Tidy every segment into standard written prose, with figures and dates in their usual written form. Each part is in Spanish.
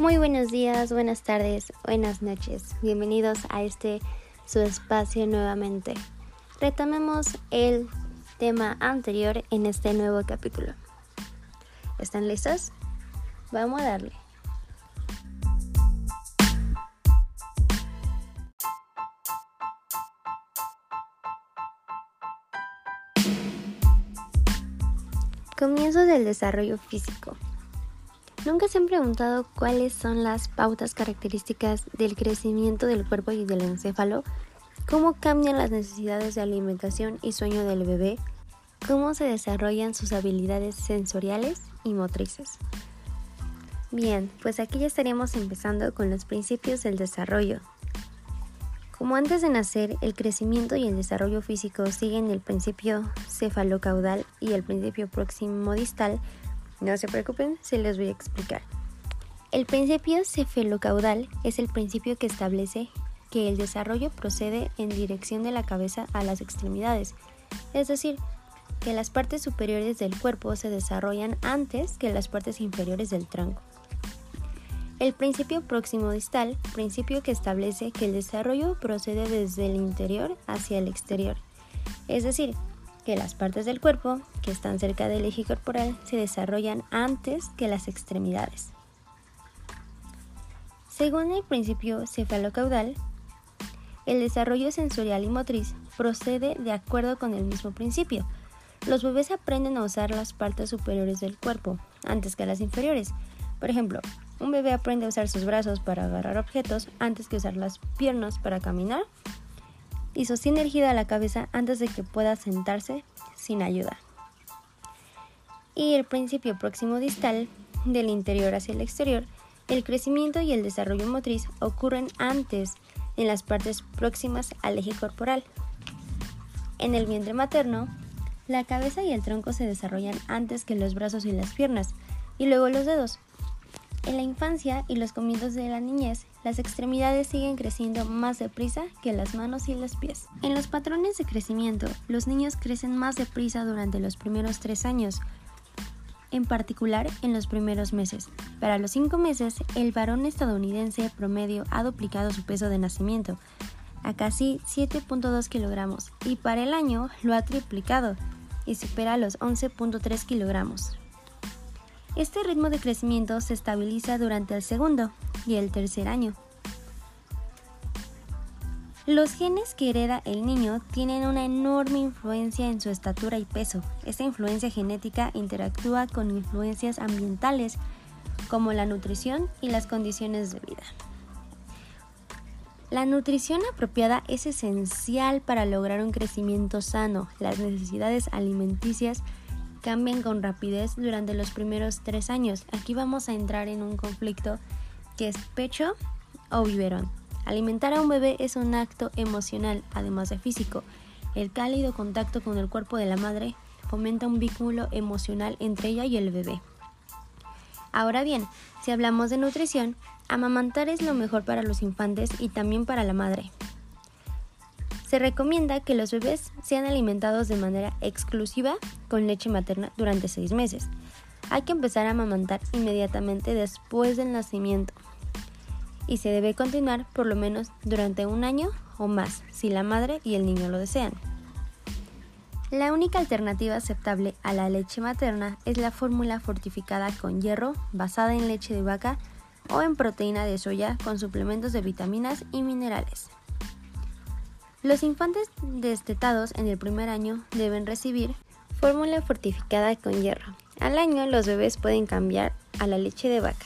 Muy buenos días, buenas tardes, buenas noches. Bienvenidos a su espacio nuevamente. Retomemos el tema anterior en este nuevo capítulo. ¿Están listos? Vamos a darle. Comienzos del desarrollo físico. ¿Nunca se han preguntado cuáles son las pautas características del crecimiento del cuerpo y del encéfalo? ¿Cómo cambian las necesidades de alimentación y sueño del bebé? ¿Cómo se desarrollan sus habilidades sensoriales y motrices? Bien, pues aquí ya estaríamos empezando con los principios del desarrollo. Como antes de nacer, el crecimiento y el desarrollo físico siguen el principio cefalocaudal y el principio próximo distal. No se preocupen, se les voy a explicar. El principio cefalocaudal es el principio que establece que el desarrollo procede en dirección de la cabeza a las extremidades, es decir, que las partes superiores del cuerpo se desarrollan antes que las partes inferiores del tronco. El principio próximo distal, principio que establece que el desarrollo procede desde el interior hacia el exterior, es decir, que las partes del cuerpo que están cerca del eje corporal se desarrollan antes que las extremidades. Según el principio cefalocaudal, el desarrollo sensorial y motriz procede de acuerdo con el mismo principio. Los bebés aprenden a usar las partes superiores del cuerpo antes que las inferiores. Por ejemplo, un bebé aprende a usar sus brazos para agarrar objetos antes que usar las piernas para caminar y sostiene erguida la cabeza antes de que pueda sentarse sin ayuda. Y el principio próximo distal, del interior hacia el exterior, el crecimiento y el desarrollo motriz ocurren antes en las partes próximas al eje corporal. En el vientre materno, la cabeza y el tronco se desarrollan antes que los brazos y las piernas, y luego los dedos. En la infancia y los comienzos de la niñez, las extremidades siguen creciendo más deprisa que las manos y los pies. En los patrones de crecimiento, los niños crecen más deprisa durante los primeros 3 años, en particular en los primeros meses. Para los 5 meses, el varón estadounidense promedio ha duplicado su peso de nacimiento, a casi 7.2 kilogramos, y para el año lo ha triplicado y supera los 11.3 kilogramos. Este ritmo de crecimiento se estabiliza durante el segundo y el tercer año. Los genes que hereda el niño tienen una enorme influencia en su estatura y peso. Esta influencia genética interactúa con influencias ambientales como la nutrición y las condiciones de vida. La nutrición apropiada es esencial para lograr un crecimiento sano. Las necesidades alimenticias cambian con rapidez durante los primeros 3 años. Aquí vamos a entrar en un conflicto que es pecho o biberón. Alimentar a un bebé es un acto emocional, además de físico. El cálido contacto con el cuerpo de la madre fomenta un vínculo emocional entre ella y el bebé. Ahora bien, si hablamos de nutrición, amamantar es lo mejor para los infantes y también para la madre. Se recomienda que los bebés sean alimentados de manera exclusiva con leche materna durante 6 meses. Hay que empezar a amamantar inmediatamente después del nacimiento y se debe continuar por lo menos durante 1 año o más, si la madre y el niño lo desean. La única alternativa aceptable a la leche materna es la fórmula fortificada con hierro basada en leche de vaca o en proteína de soya con suplementos de vitaminas y minerales. Los infantes destetados en el primer año deben recibir fórmula fortificada con hierro. Al año los bebés pueden cambiar a la leche de vaca.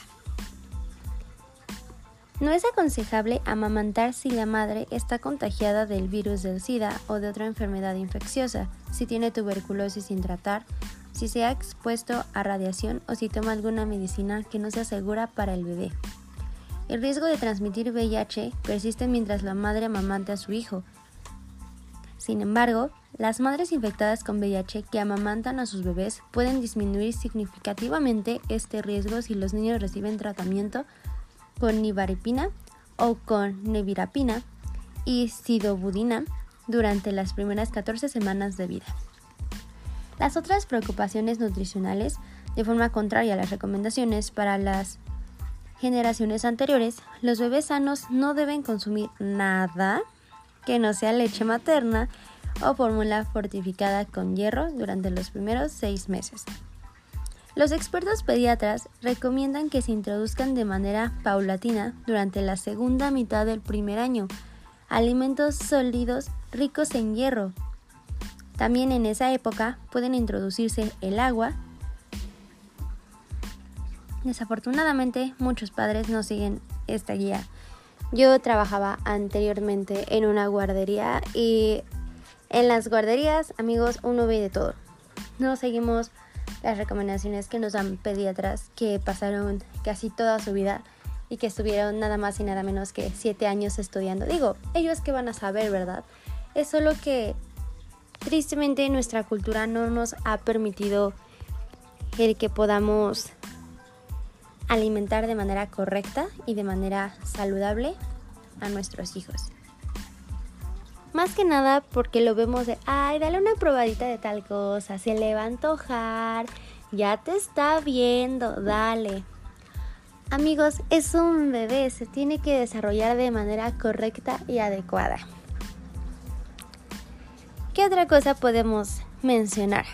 No es aconsejable amamantar si la madre está contagiada del virus del SIDA o de otra enfermedad infecciosa, si tiene tuberculosis sin tratar, si se ha expuesto a radiación o si toma alguna medicina que no sea segura para el bebé. El riesgo de transmitir VIH persiste mientras la madre amamante a su hijo. Sin embargo, las madres infectadas con VIH que amamantan a sus bebés pueden disminuir significativamente este riesgo si los niños reciben tratamiento con nivaripina o con nevirapina y sidobudina durante las primeras 14 semanas de vida. Las otras preocupaciones nutricionales, de forma contraria a las recomendaciones para las generaciones anteriores, los bebés sanos no deben consumir nada que no sea leche materna o fórmula fortificada con hierro durante los primeros 6 meses. Los expertos pediatras recomiendan que se introduzcan de manera paulatina durante la segunda mitad del primer año alimentos sólidos ricos en hierro. También en esa época pueden introducirse el agua. Desafortunadamente, muchos padres no siguen esta guía. Yo trabajaba anteriormente en una guardería y en las guarderías, amigos, uno ve de todo. No seguimos las recomendaciones que nos dan pediatras que pasaron casi toda su vida y que estuvieron nada más y nada menos que 7 años estudiando. Digo, ellos qué van a saber, ¿verdad? Es solo que tristemente nuestra cultura no nos ha permitido el que podamos alimentar de manera correcta y de manera saludable a nuestros hijos. Más que nada porque lo vemos de, ay, dale una probadita de tal cosa, se le va a antojar, ya te está viendo, dale. Amigos, es un bebé, se tiene que desarrollar de manera correcta y adecuada. ¿Qué otra cosa podemos mencionar?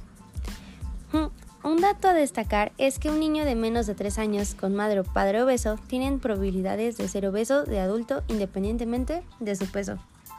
Un dato a destacar es que un niño de menos de 3 años con madre o padre obeso tienen probabilidades de ser obeso de adulto independientemente de su peso.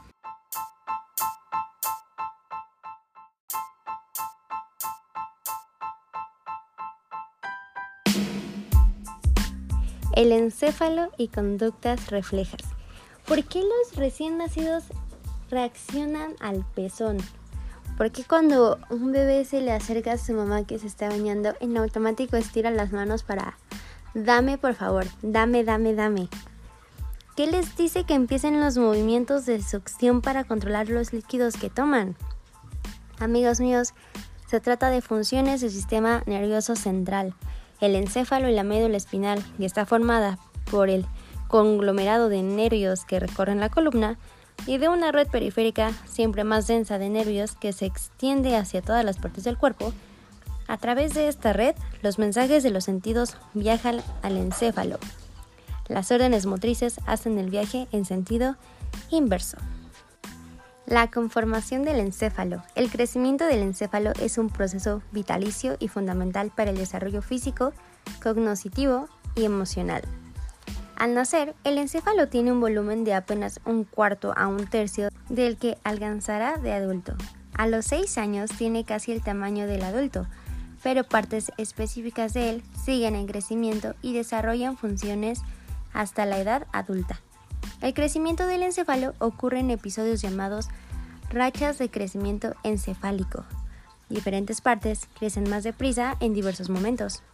El encéfalo y conductas reflejas. ¿Por qué los recién nacidos reaccionan al pezón? ¿Por qué cuando un bebé se le acerca a su mamá que se está bañando, en automático estira las manos para dame por favor, dame? ¿Qué les dice que empiecen los movimientos de succión para controlar los líquidos que toman? Amigos míos, se trata de funciones del sistema nervioso central. El encéfalo y la médula espinal, que está formada por el conglomerado de nervios que recorren la columna, y de una red periférica siempre más densa de nervios que se extiende hacia todas las partes del cuerpo. A través de esta red, los mensajes de los sentidos viajan al encéfalo. Las órdenes motrices hacen el viaje en sentido inverso. La conformación del encéfalo. El crecimiento del encéfalo es un proceso vitalicio y fundamental para el desarrollo físico, cognitivo y emocional. Al nacer, el encéfalo tiene un volumen de apenas 1/4 a 1/3 del que alcanzará de adulto. A los 6 años tiene casi el tamaño del adulto, pero partes específicas de él siguen en crecimiento y desarrollan funciones hasta la edad adulta. El crecimiento del encéfalo ocurre en episodios llamados rachas de crecimiento encefálico. Diferentes partes crecen más deprisa en diversos momentos.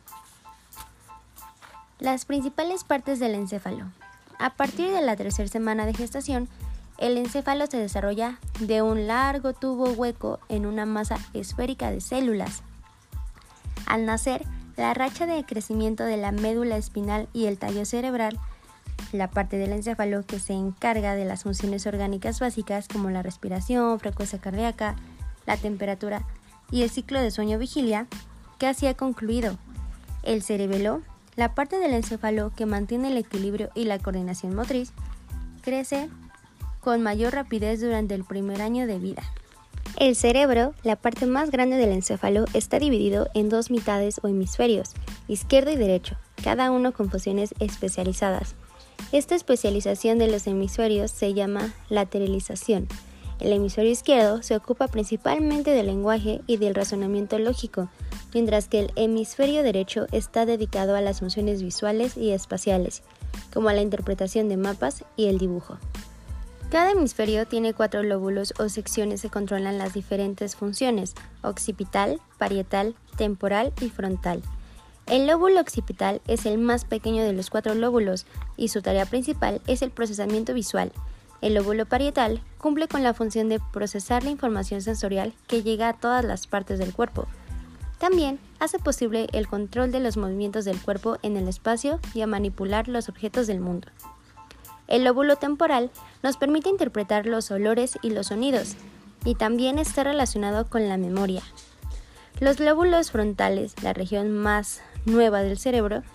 Las principales partes del encéfalo. A partir de la 3ª semana de gestación, el encéfalo se desarrolla de un largo tubo hueco en una masa esférica de células. Al nacer, la racha de crecimiento de la médula espinal y el tallo cerebral, la parte del encéfalo que se encarga de las funciones orgánicas básicas como la respiración, frecuencia cardíaca, la temperatura y el ciclo de sueño-vigilia, casi ha concluido. El cerebelo, la parte del encéfalo que mantiene el equilibrio y la coordinación motriz, crece con mayor rapidez durante el primer año de vida. El cerebro, la parte más grande del encéfalo, está dividido en 2 mitades o hemisferios, izquierdo y derecho, cada uno con funciones especializadas. Esta especialización de los hemisferios se llama lateralización. El hemisferio izquierdo se ocupa principalmente del lenguaje y del razonamiento lógico, mientras que el hemisferio derecho está dedicado a las funciones visuales y espaciales, como a la interpretación de mapas y el dibujo. Cada hemisferio tiene 4 lóbulos o secciones que controlan las diferentes funciones: occipital, parietal, temporal y frontal. El lóbulo occipital es el más pequeño de los 4 lóbulos y su tarea principal es el procesamiento visual. El lóbulo parietal cumple con la función de procesar la información sensorial que llega a todas las partes del cuerpo. También hace posible el control de los movimientos del cuerpo en el espacio y a manipular los objetos del mundo. El lóbulo temporal nos permite interpretar los olores y los sonidos, y también está relacionado con la memoria. Los lóbulos frontales, la región más nueva del cerebro,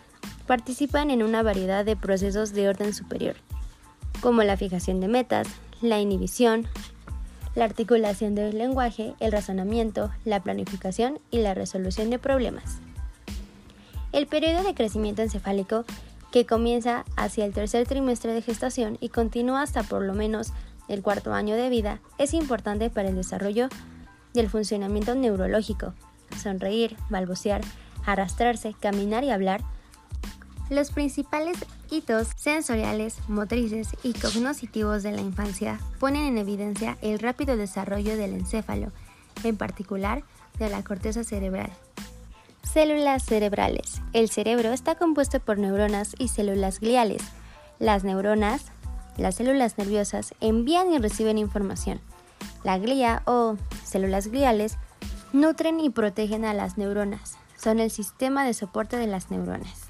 participan en una variedad de procesos de orden superior, como la fijación de metas, la inhibición, la articulación del lenguaje, el razonamiento, la planificación y la resolución de problemas. El periodo de crecimiento encefálico, que comienza hacia el tercer trimestre de gestación y continúa hasta por lo menos el cuarto año de vida, es importante para el desarrollo del funcionamiento neurológico. Sonreír, balbucear, arrastrarse, caminar y hablar. Los principales hitos sensoriales, motrices y cognitivos de la infancia ponen en evidencia el rápido desarrollo del encéfalo, en particular de la corteza cerebral. Células cerebrales. El cerebro está compuesto por neuronas y células gliales. Las neuronas, las células nerviosas, envían y reciben información. La glía o células gliales nutren y protegen a las neuronas. Son el sistema de soporte de las neuronas.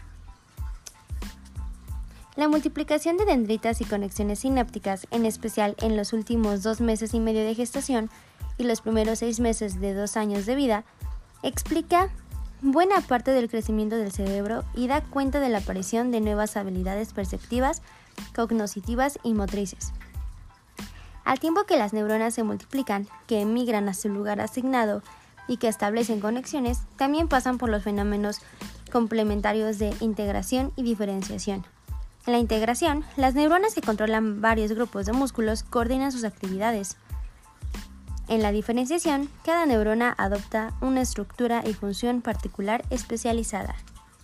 La multiplicación de dendritas y conexiones sinápticas, en especial en los últimos 2 meses y medio de gestación y los primeros 6 meses de 2 años de vida, explica buena parte del crecimiento del cerebro y da cuenta de la aparición de nuevas habilidades perceptivas, cognitivas y motrices. Al tiempo que las neuronas se multiplican, que emigran a su lugar asignado y que establecen conexiones, también pasan por los fenómenos complementarios de integración y diferenciación. En la integración, las neuronas que controlan varios grupos de músculos coordinan sus actividades. En la diferenciación, cada neurona adopta una estructura y función particular especializada.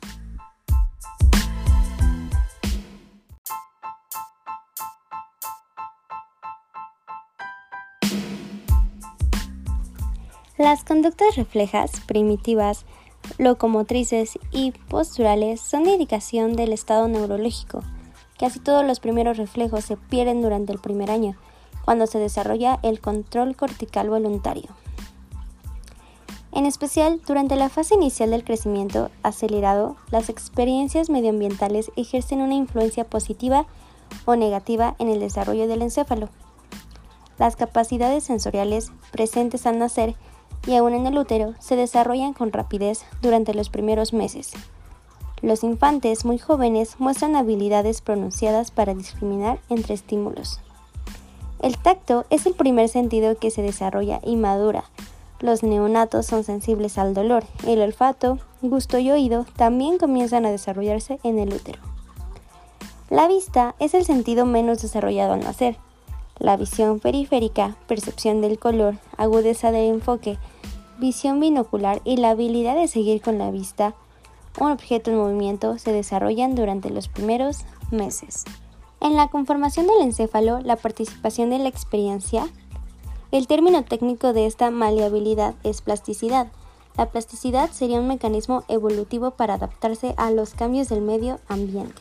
Las conductas reflejas, primitivas, locomotrices y posturales son de indicación del estado neurológico. Casi todos los primeros reflejos se pierden durante el primer año, cuando se desarrolla el control cortical voluntario. En especial, durante la fase inicial del crecimiento acelerado, las experiencias medioambientales ejercen una influencia positiva o negativa en el desarrollo del encéfalo. Las capacidades sensoriales presentes al nacer y aún en el útero se desarrollan con rapidez durante los primeros meses. Los infantes muy jóvenes muestran habilidades pronunciadas para discriminar entre estímulos. El tacto es el primer sentido que se desarrolla y madura. Los neonatos son sensibles al dolor. El olfato, gusto y oído también comienzan a desarrollarse en el útero. La vista es el sentido menos desarrollado al nacer. La visión periférica, percepción del color, agudeza del enfoque, visión binocular y la habilidad de seguir con la vista un objeto en movimiento se desarrollan durante los primeros meses. En la conformación del encéfalo, la participación de la experiencia, el término técnico de esta maleabilidad es plasticidad. La plasticidad sería un mecanismo evolutivo para adaptarse a los cambios del medio ambiente.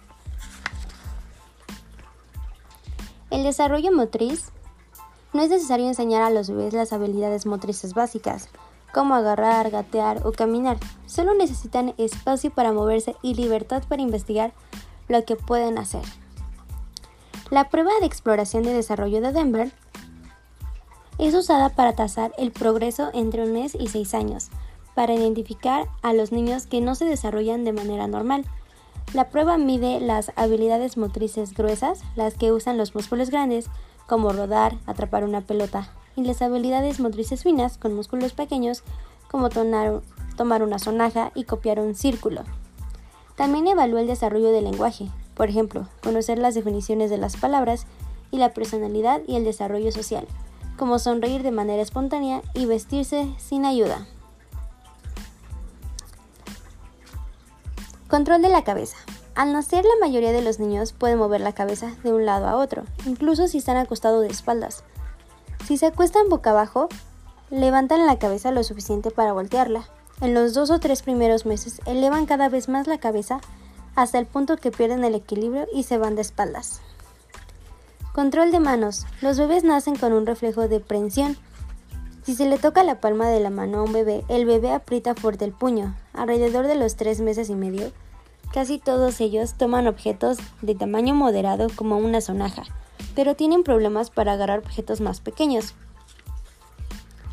El desarrollo motriz. No es necesario enseñar a los bebés las habilidades motrices básicas, como agarrar, gatear o caminar. Solo necesitan espacio para moverse y libertad para investigar lo que pueden hacer. La prueba de exploración de desarrollo de Denver es usada para tasar el progreso entre 1 mes y 6 años, para identificar a los niños que no se desarrollan de manera normal. La prueba mide las habilidades motrices gruesas, las que usan los músculos grandes, como rodar, atrapar una pelota, y las habilidades motrices finas, con músculos pequeños, como tomar una sonaja y copiar un círculo. También evalúa el desarrollo del lenguaje, por ejemplo, conocer las definiciones de las palabras y la personalidad y el desarrollo social, como sonreír de manera espontánea y vestirse sin ayuda. Control de la cabeza. Al nacer, la mayoría de los niños pueden mover la cabeza de un lado a otro, incluso si están acostados de espaldas. Si se acuestan boca abajo, levantan la cabeza lo suficiente para voltearla. En los 2 o 3 primeros meses, elevan cada vez más la cabeza hasta el punto que pierden el equilibrio y se van de espaldas. Control de manos. Los bebés nacen con un reflejo de prensión. Si se le toca la palma de la mano a un bebé, el bebé aprieta fuerte el puño. Alrededor de los 3 meses y medio, casi todos ellos toman objetos de tamaño moderado como una sonaja, pero tienen problemas para agarrar objetos más pequeños.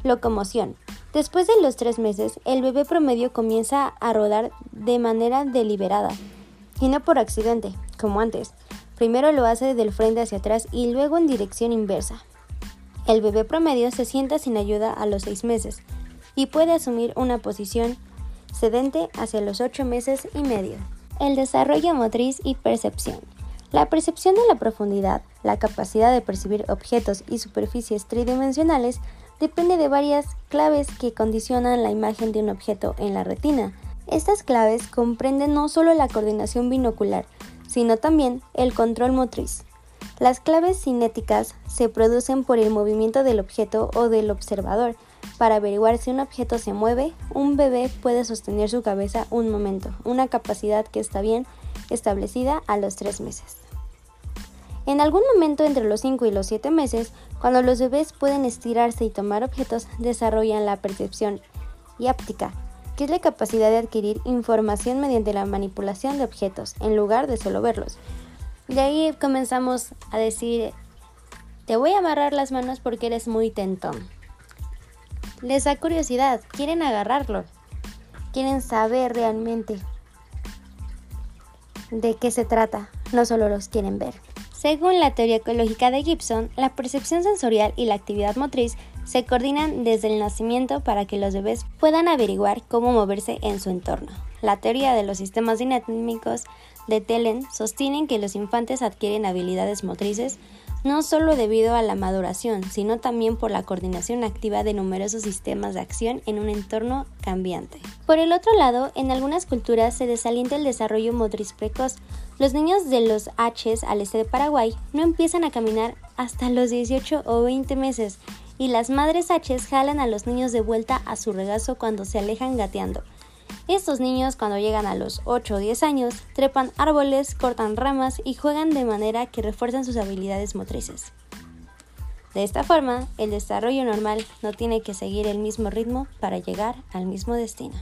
Locomoción. Después de los 3 meses, el bebé promedio comienza a rodar de manera deliberada y no por accidente, como antes. Primero lo hace del frente hacia atrás y luego en dirección inversa. El bebé promedio se sienta sin ayuda a los 6 meses y puede asumir una posición sedente hacia los 8 meses y medio. El desarrollo motriz y percepción. La percepción de la profundidad, la capacidad de percibir objetos y superficies tridimensionales depende de varias claves que condicionan la imagen de un objeto en la retina. Estas claves comprenden no solo la coordinación binocular, sino también el control motriz. Las claves cinéticas se producen por el movimiento del objeto o del observador. Para averiguar si un objeto se mueve, un bebé puede sostener su cabeza un momento, una capacidad que está bien establecida a los 3 meses. En algún momento entre los 5 y los 7 meses, cuando los bebés pueden estirarse y tomar objetos, desarrollan la percepción háptica, que es la capacidad de adquirir información mediante la manipulación de objetos, en lugar de solo verlos. De ahí comenzamos a decir, te voy a amarrar las manos porque eres muy tentón. Les da curiosidad, quieren agarrarlo, quieren saber realmente de qué se trata, no solo los quieren ver. Según la teoría ecológica de Gibson, la percepción sensorial y la actividad motriz se coordinan desde el nacimiento para que los bebés puedan averiguar cómo moverse en su entorno. La teoría de los sistemas dinámicos de Thelen sostienen que los infantes adquieren habilidades motrices no solo debido a la maduración, sino también por la coordinación activa de numerosos sistemas de acción en un entorno cambiante. Por el otro lado, en algunas culturas se desalienta el desarrollo motriz precoz. Los niños de los H's al este de Paraguay no empiezan a caminar hasta los 18 o 20 meses y las madres H's jalan a los niños de vuelta a su regazo cuando se alejan gateando. Estos niños, cuando llegan a los 8 o 10 años, trepan árboles, cortan ramas y juegan de manera que refuerzan sus habilidades motrices. De esta forma, el desarrollo normal no tiene que seguir el mismo ritmo para llegar al mismo destino.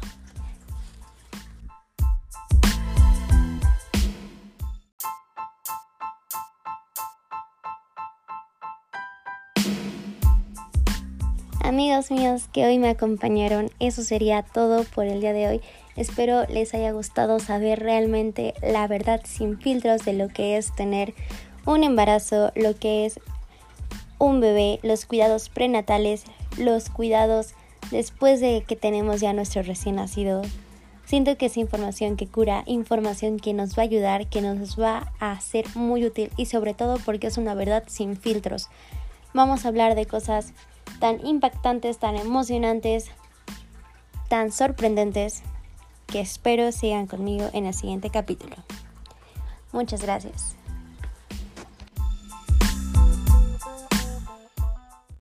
Amigos míos que hoy me acompañaron, eso sería todo por el día de hoy. Espero les haya gustado saber realmente la verdad sin filtros de lo que es tener un embarazo, lo que es un bebé, los cuidados prenatales, los cuidados después de que tenemos ya nuestro recién nacido. Siento que es información que cura, información que nos va a ayudar, que nos va a ser muy útil y sobre todo porque es una verdad sin filtros. Vamos a hablar de cosas tan impactantes, tan emocionantes, tan sorprendentes, que espero sigan conmigo en el siguiente capítulo. Muchas gracias.